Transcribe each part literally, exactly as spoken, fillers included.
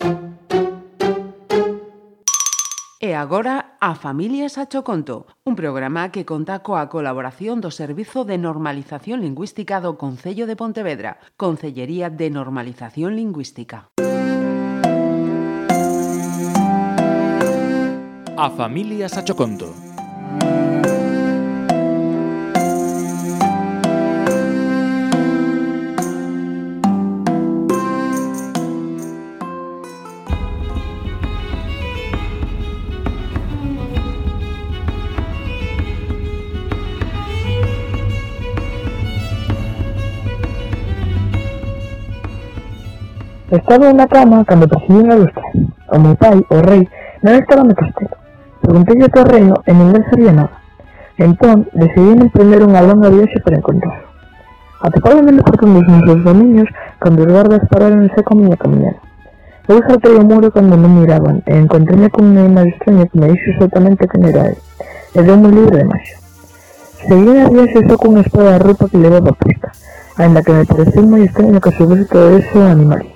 E agora, a Familias a Choconto, un programa que conta coa colaboración do Servizo de Normalización Lingüística do Concello de Pontevedra, Concellería de Normalización Lingüística. A Familias a Choconto. Estaba na cama cando percibí unha lustra. O meu pai, o rei, non estaba no castelo. Preguntei ao terreno e ninguén sabía nada. Entón, decidí emprender unha longa viaxe para encontrarlo. Atopábame no portón dos nosos dominios cando os guardas pararon en seco a miña caminhada. Eu saltei o muro cando non miraban e encontréme con unha animal extraño que me dixo exactamente quen era ele. E deu-me un libro de maxia. Seguí a viaxe só cunha espada de roupa que levaba posta, aínda que me pareceu moi extraño que soubese todo eso animal.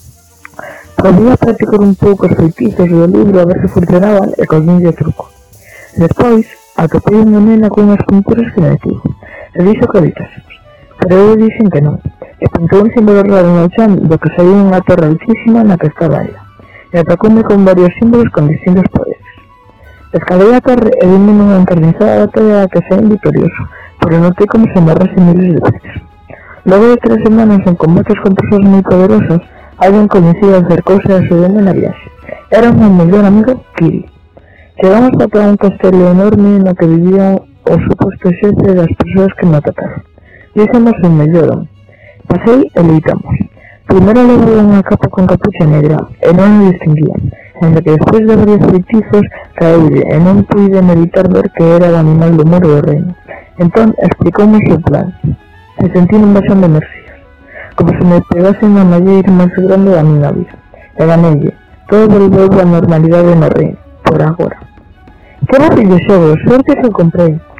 Podía practicar un pouco os feitizos do libro a ver se funcionaban e collínlle o truco. Despois, atopei unha nena con unhas pinturas que me detivo, e dixo que habitásemos, pero eu dixen que non, e pintou un símbolo raro no chan do que saía unha torre altísima na que estaba ela, e atacoume con varios símbolos con distintos poderes. Escalei a torre e vime nunha encarnizada batalla que saín vitorioso, pero notei como se amarrase miles de veces. Logo de tres semanas en combates con persoas moi poderosas, alguén coñecido acercouse a axudarme na viaxe. Era o meu mellor amigo, Kiri. Chegamos ata un castelo enorme no que vivía o suposto xefe das persoas que me atacaron. Díxemos o mellor. Pasei e leitamos. Primeiro levaba unha capa con capucha negra e non o distinguía, ainda que despois de varios feitizos caíde e non puiden evitar ver que era o animal do muro do reino. Entón explicoume o seu plan e sentí un baixón de enerxía, como se me pegase unha malleira máis grande da miña vida. E ganelle, todo volveu á normalidade no reino, por agora. Que era videoxogos, sorte que comprei.